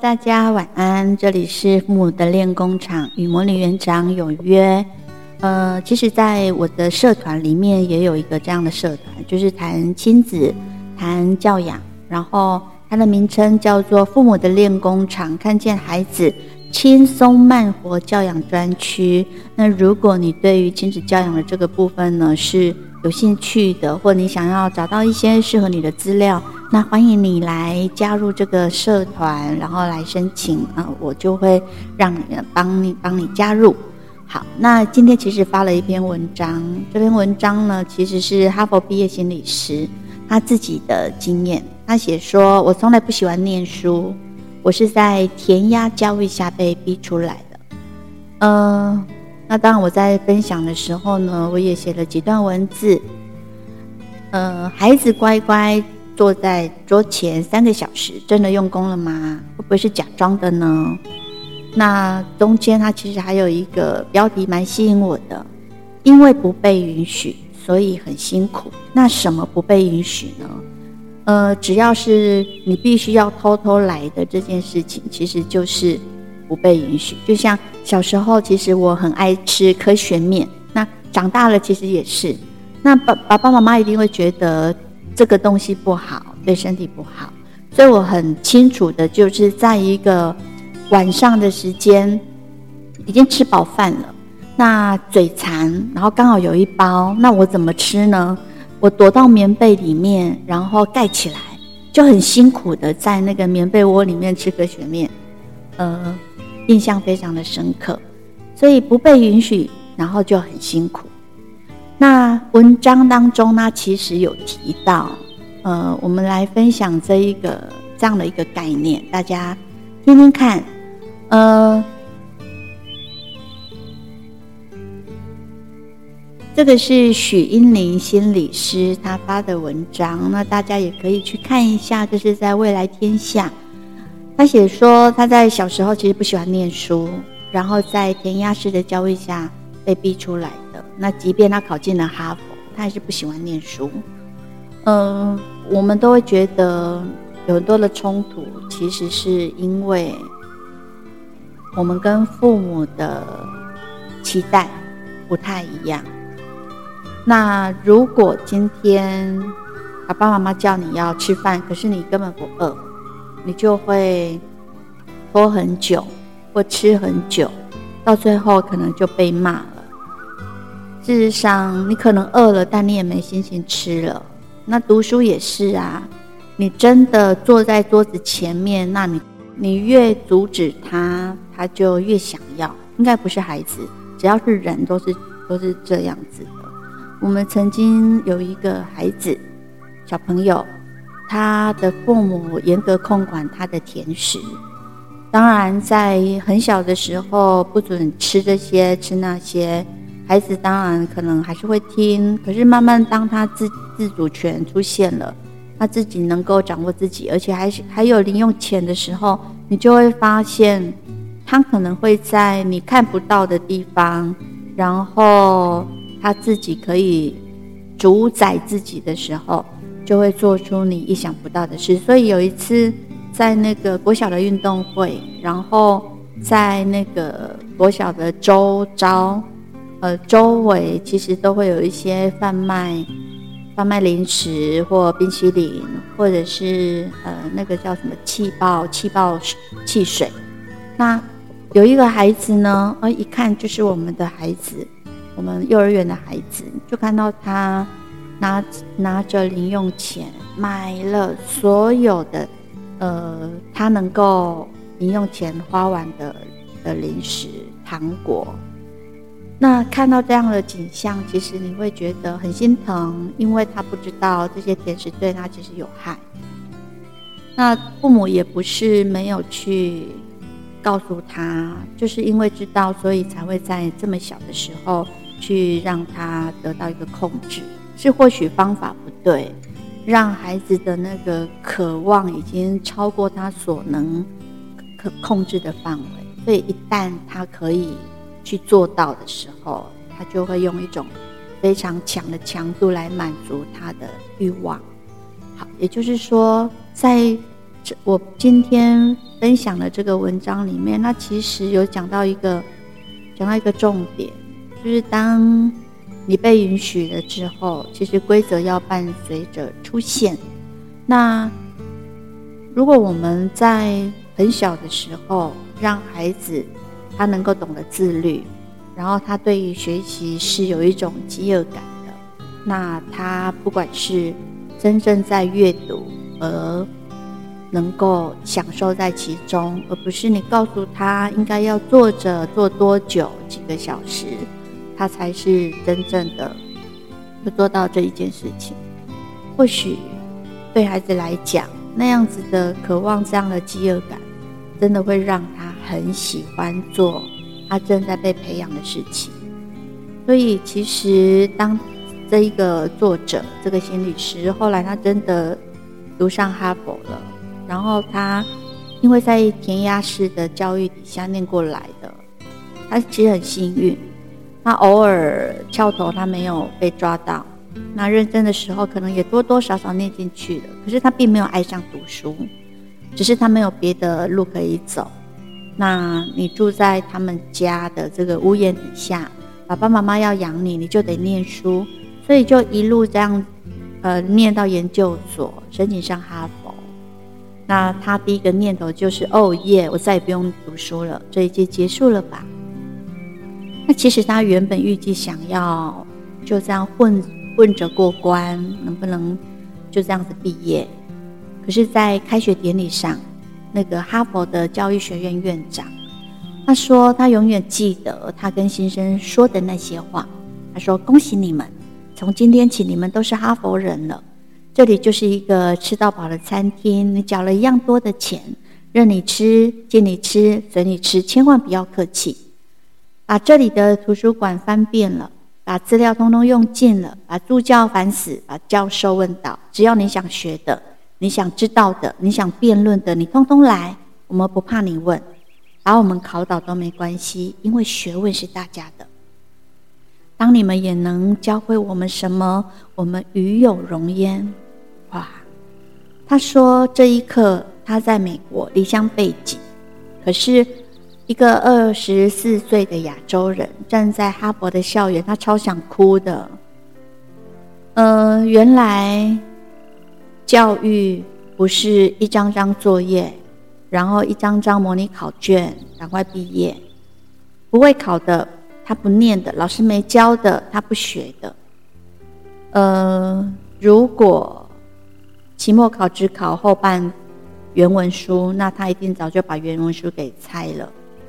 大家晚安，这里是父母的练功场，与魔女园长有约。其实在我的社团里面也有一个这样的社团，就是谈亲子、谈教养，然后它的名称叫做父母的练功场，看见孩子轻松慢活教养专区。那如果你对于亲子教养的这个部分呢是有兴趣的，或你想要找到一些适合你的资料，那欢迎你来加入这个社团，然后来申请我就会让你帮你加入。好，那今天其实发了一篇文章，这篇文章呢其实是哈佛毕业心理师他自己的经验。他写说，我从来不喜欢念书，我是在填鸭教育下被逼出来的。那当然我在分享的时候呢，我也写了几段文字。孩子乖乖坐在桌前3个小时，真的用功了吗？会不会是假装的呢？那中间它其实还有一个标题蛮吸引我的，因为不被允许，所以很辛苦。那什么不被允许呢？只要是你必须要偷偷来的这件事情，其实就是不被允许。就像小时候，其实我很爱吃科学面，那长大了其实也是。那爸爸妈妈一定会觉得这个东西不好，对身体不好，所以我很清楚的就是在一个晚上的时间已经吃饱饭了，那嘴馋，然后刚好有一包，那我怎么吃呢？我躲到棉被里面，然后盖起来，就很辛苦的在那个棉被窝里面吃科学面，印象非常的深刻。所以不被允许，然后就很辛苦。那文章当中呢，其实有提到，我们来分享这样的一个概念，大家听听看。这个是许英林心理师他发的文章，那大家也可以去看一下，这是在未来天下。他写说他在小时候其实不喜欢念书，然后在填鸭式的教育下被逼出来的。那即便他考进了哈佛，他还是不喜欢念书。我们都会觉得有很多的冲突，其实是因为我们跟父母的期待不太一样。那如果今天爸爸妈妈叫你要吃饭，可是你根本不饿，你就会拖很久或吃很久，到最后可能就被骂了。事实上你可能饿了，但你也没心情吃了。那读书也是啊，你真的坐在桌子前面，那你越阻止他就越想要。应该不是孩子，只要是人都是这样子的。我们曾经有一个孩子小朋友，他的父母严格控管他的甜食，当然在很小的时候不准吃这些吃那些，孩子当然可能还是会听，可是慢慢当他自主权出现了，他自己能够掌握自己，而且还有零用钱的时候，你就会发现他可能会在你看不到的地方，然后他自己可以主宰自己的时候，就会做出你意想不到的事。所以有一次在那个国小的运动会，然后在那个国小的周围其实都会有一些贩卖零食或冰淇淋，或者是那个叫什么气爆汽水。那有一个孩子呢，一看就是我们的孩子，我们幼儿园的孩子，就看到他拿着零用钱买了所有的他能够零用钱花完的零食糖果。那看到这样的景象，其实你会觉得很心疼，因为他不知道这些甜食对他其实有害。那父母也不是没有去告诉他，就是因为知道，所以才会在这么小的时候去让他得到一个控制。是或许方法不对，让孩子的那个渴望已经超过他所能可控制的范围，所以一旦他可以去做到的时候，他就会用一种非常强的强度来满足他的欲望。好，也就是说在我今天分享的这个文章里面，那其实有讲到一个重点，就是当你被允许了之后，其实规则要伴随着出现。那如果我们在很小的时候让孩子他能够懂得自律，然后他对于学习是有一种饥饿感的，那他不管是真正在阅读而能够享受在其中，而不是你告诉他应该要坐着做多久几个小时，他才是真正的就做到这一件事情。或许对孩子来讲，那样子的渴望，这样的饥饿感，真的会让他很喜欢做他正在被培养的事情。所以其实当这一个作者，这个心理师，后来他真的读上哈佛了，然后他因为在填鸭式的教育底下念过来的，他其实很幸运，他偶尔翘头他没有被抓到，那认真的时候可能也多多少少念进去了，可是他并没有爱上读书，只是他没有别的路可以走。那你住在他们家的这个屋檐底下，爸爸妈妈要养你，你就得念书，所以就一路这样念到研究所，申请上哈佛。那他第一个念头就是哦耶，我再也不用读书了，这一届结束了吧。那其实他原本预计想要就这样混着过关，能不能就这样子毕业。可是在开学典礼上，那个哈佛的教育学院院长，他说他永远记得他跟新生说的那些话。他说恭喜你们，从今天起你们都是哈佛人了，这里就是一个吃到饱的餐厅，你缴了一样多的钱，任你吃，尽你吃，随你吃，千万不要客气。把这里的图书馆翻遍了，把资料通通用尽了，把助教烦死，把教授问倒，只要你想学的，你想知道的，你想辩论的，你通通来，我们不怕你问，把我们考倒都没关系，因为学问是大家的。当你们也能教会我们什么，我们与有荣焉。哇！他说这一刻他在美国离乡背井，可是一个24岁的亚洲人站在哈佛的校园，他超想哭的。原来教育不是一张张作业，然后一张张模拟考卷，赶快毕业。不会考的他不念的，老师没教的他不学的。如果期末考只考后半原文书，那他一定早就把原文书给拆了。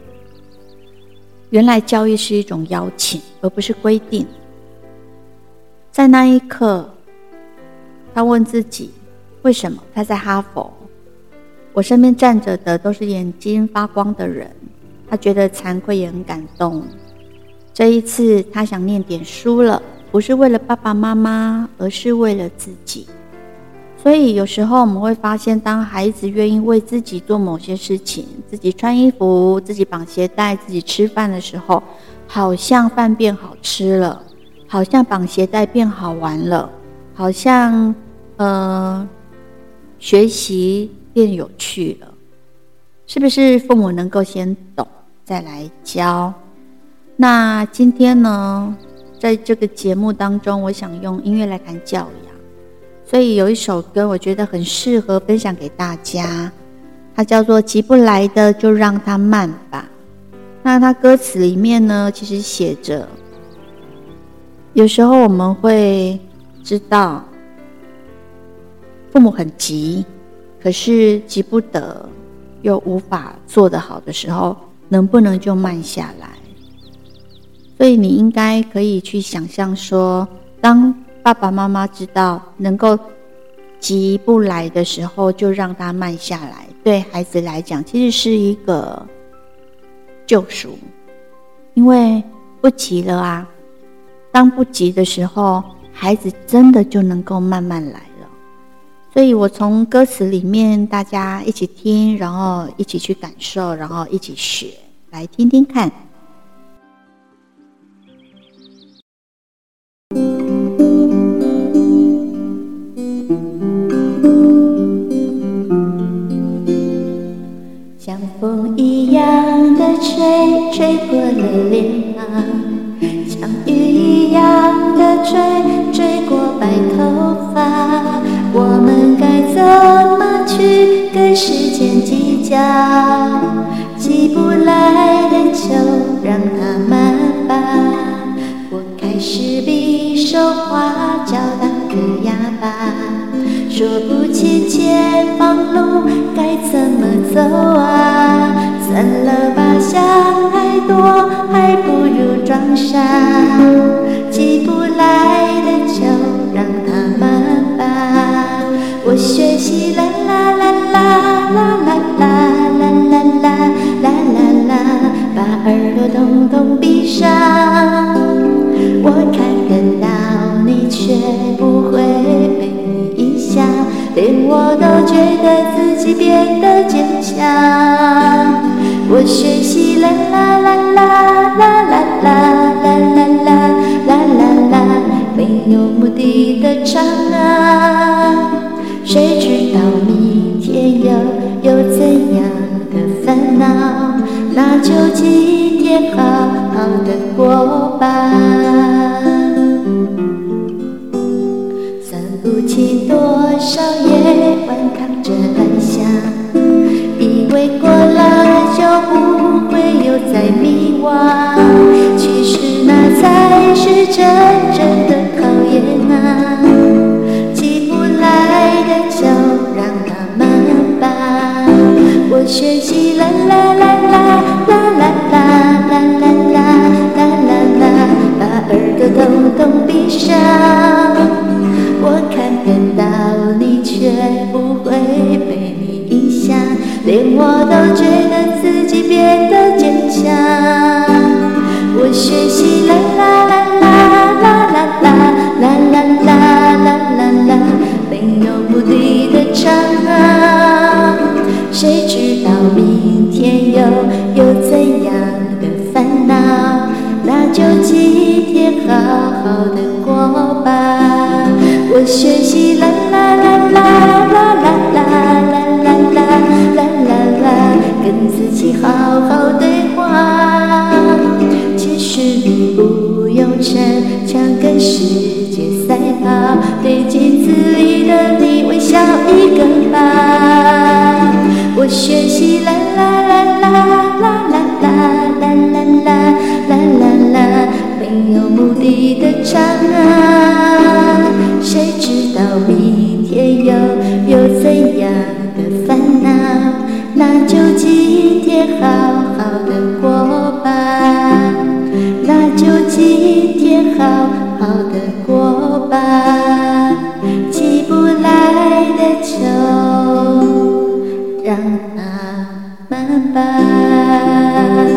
原来教育是一种邀请，而不是规定。在那一刻，他问自己，为什么他在哈佛，我身边站着的都是眼睛发光的人。他觉得惭愧也很感动。这一次他想念点书了，不是为了爸爸妈妈，而是为了自己。所以有时候我们会发现，当孩子愿意为自己做某些事情，自己穿衣服，自己绑鞋带，自己吃饭的时候，好像饭变好吃了，好像绑鞋带变好玩了，好像学习变有趣了。是不是父母能够先懂再来教？那今天呢，在这个节目当中，我想用音乐来谈教养，所以有一首歌我觉得很适合分享给大家，它叫做急不来的就让它慢吧。那它歌词里面呢，其实写着，有时候我们会知道父母很急，可是急不得又无法做得好的时候，能不能就慢下来？所以你应该可以去想象说，当爸爸妈妈知道能够急不来的时候，就让他慢下来，对孩子来讲其实是一个救赎。因为不急了啊，当不急的时候，孩子真的就能够慢慢来了。所以我从歌词里面大家一起听，然后一起去感受，然后一起学，来听听看。 像雨一样的追过白头发，我们该怎么去跟时间计较？起不来的就让它慢吧。我开始比手画脚当个哑巴，说不清前方路该怎么走啊。算了吧，想太多还不如装傻。起不来的就让它慢吧。我学习啦啦啦啦啦啦啦啦啦啦啦啦啦，把耳朵统统闭上。我看得到你，却不会被你影响，连我都觉得自己变得坚强。我学习啦啦啦啦啦啦啦啦啦啦啦啦，没有目的的唱啊。谁知道明天又有怎样的烦恼？那就今天好好的过吧。算不清多少夜晚扛着幻想，以为过了就不会有再迷惘，其实那才是真正的考验啊。起不来的就让它慢吧。我学习啦啦啦啦啦啦啦啦啦啦啦啦，把耳朵统统闭上。我看得到你，却不会被你影响，连我都觉得自己变得坚强。我学习啦啦啦啦啦啦啦啦啦啦啦啦，没有目的的唱啊。谁知道明天又有怎样的烦恼？那就今天好好的过吧。我学习啦啦啦啦啦啦啦啦啦啦啦啦，跟自己好好对话。其实你不用逞强跟世界赛跑，对镜子里的你微笑一个吧。我学习啦啦啦啦啦啦啦啦啦啦啦啦，没有目的的唱啊。谁知道明天又有怎样的烦恼？那就今天好好的过吧。那就今天好好的过吧。起不来的就让它慢吧。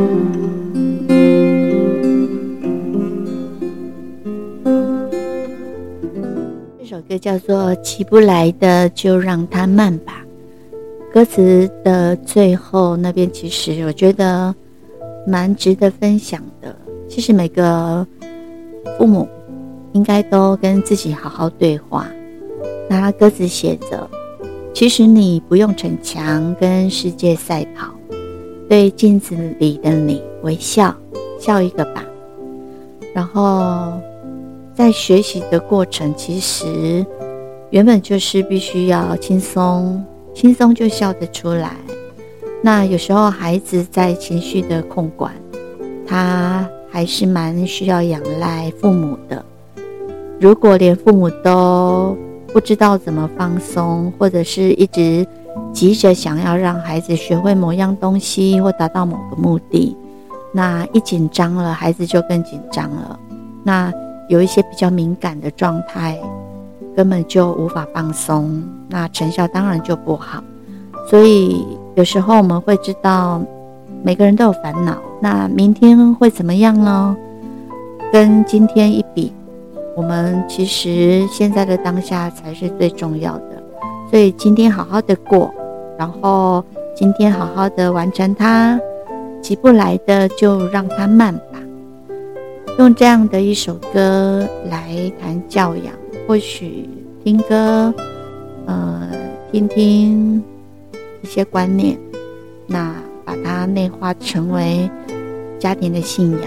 这首歌叫做《起不来的就让它慢吧》。歌词的最后那边，其实我觉得蛮值得分享的。其实每个父母应该都跟自己好好对话。那他歌词写着，其实你不用逞强跟世界赛跑，对镜子里的你微笑，笑一个吧。然后在学习的过程，其实原本就是必须要轻松，轻松就笑得出来。那有时候孩子在情绪的控管，他还是蛮需要仰赖父母的。如果连父母都不知道怎么放松，或者是一直急着想要让孩子学会某样东西或达到某个目的，那一紧张了，孩子就更紧张了。那有一些比较敏感的状态，根本就无法放松，那成效当然就不好。所以有时候我们会知道每个人都有烦恼，那明天会怎么样呢？跟今天一比，我们其实现在的当下才是最重要的。所以今天好好的过，然后今天好好的完成它，急不来的就让它慢吧。用这样的一首歌来谈教养，或许听歌听听一些观念，那把它内化成为家庭的信仰，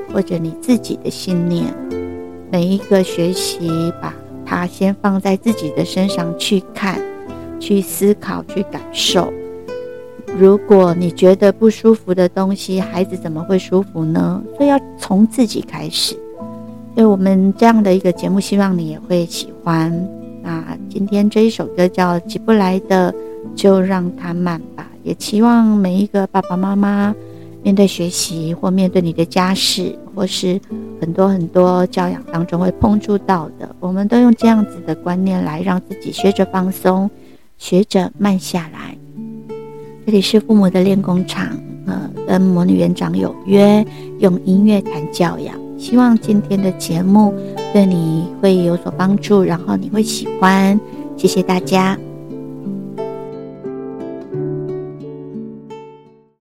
或者你自己的信念。每一个学习，把它先放在自己的身上去看、去思考、去感受。如果你觉得不舒服的东西，孩子怎么会舒服呢？所以要从自己开始。所以我们这样的一个节目，希望你也会喜欢。那今天这一首歌叫《急不来的就让它慢吧》，也期望每一个爸爸妈妈面对学习或面对你的家事，或是很多教养当中会碰触到的，我们都用这样子的观念来让自己学着放松，学着慢下来。这里是父母的练功场，跟魔女园长有约，用音乐谈教养。希望今天的节目对你会有所帮助，然后你会喜欢。谢谢大家。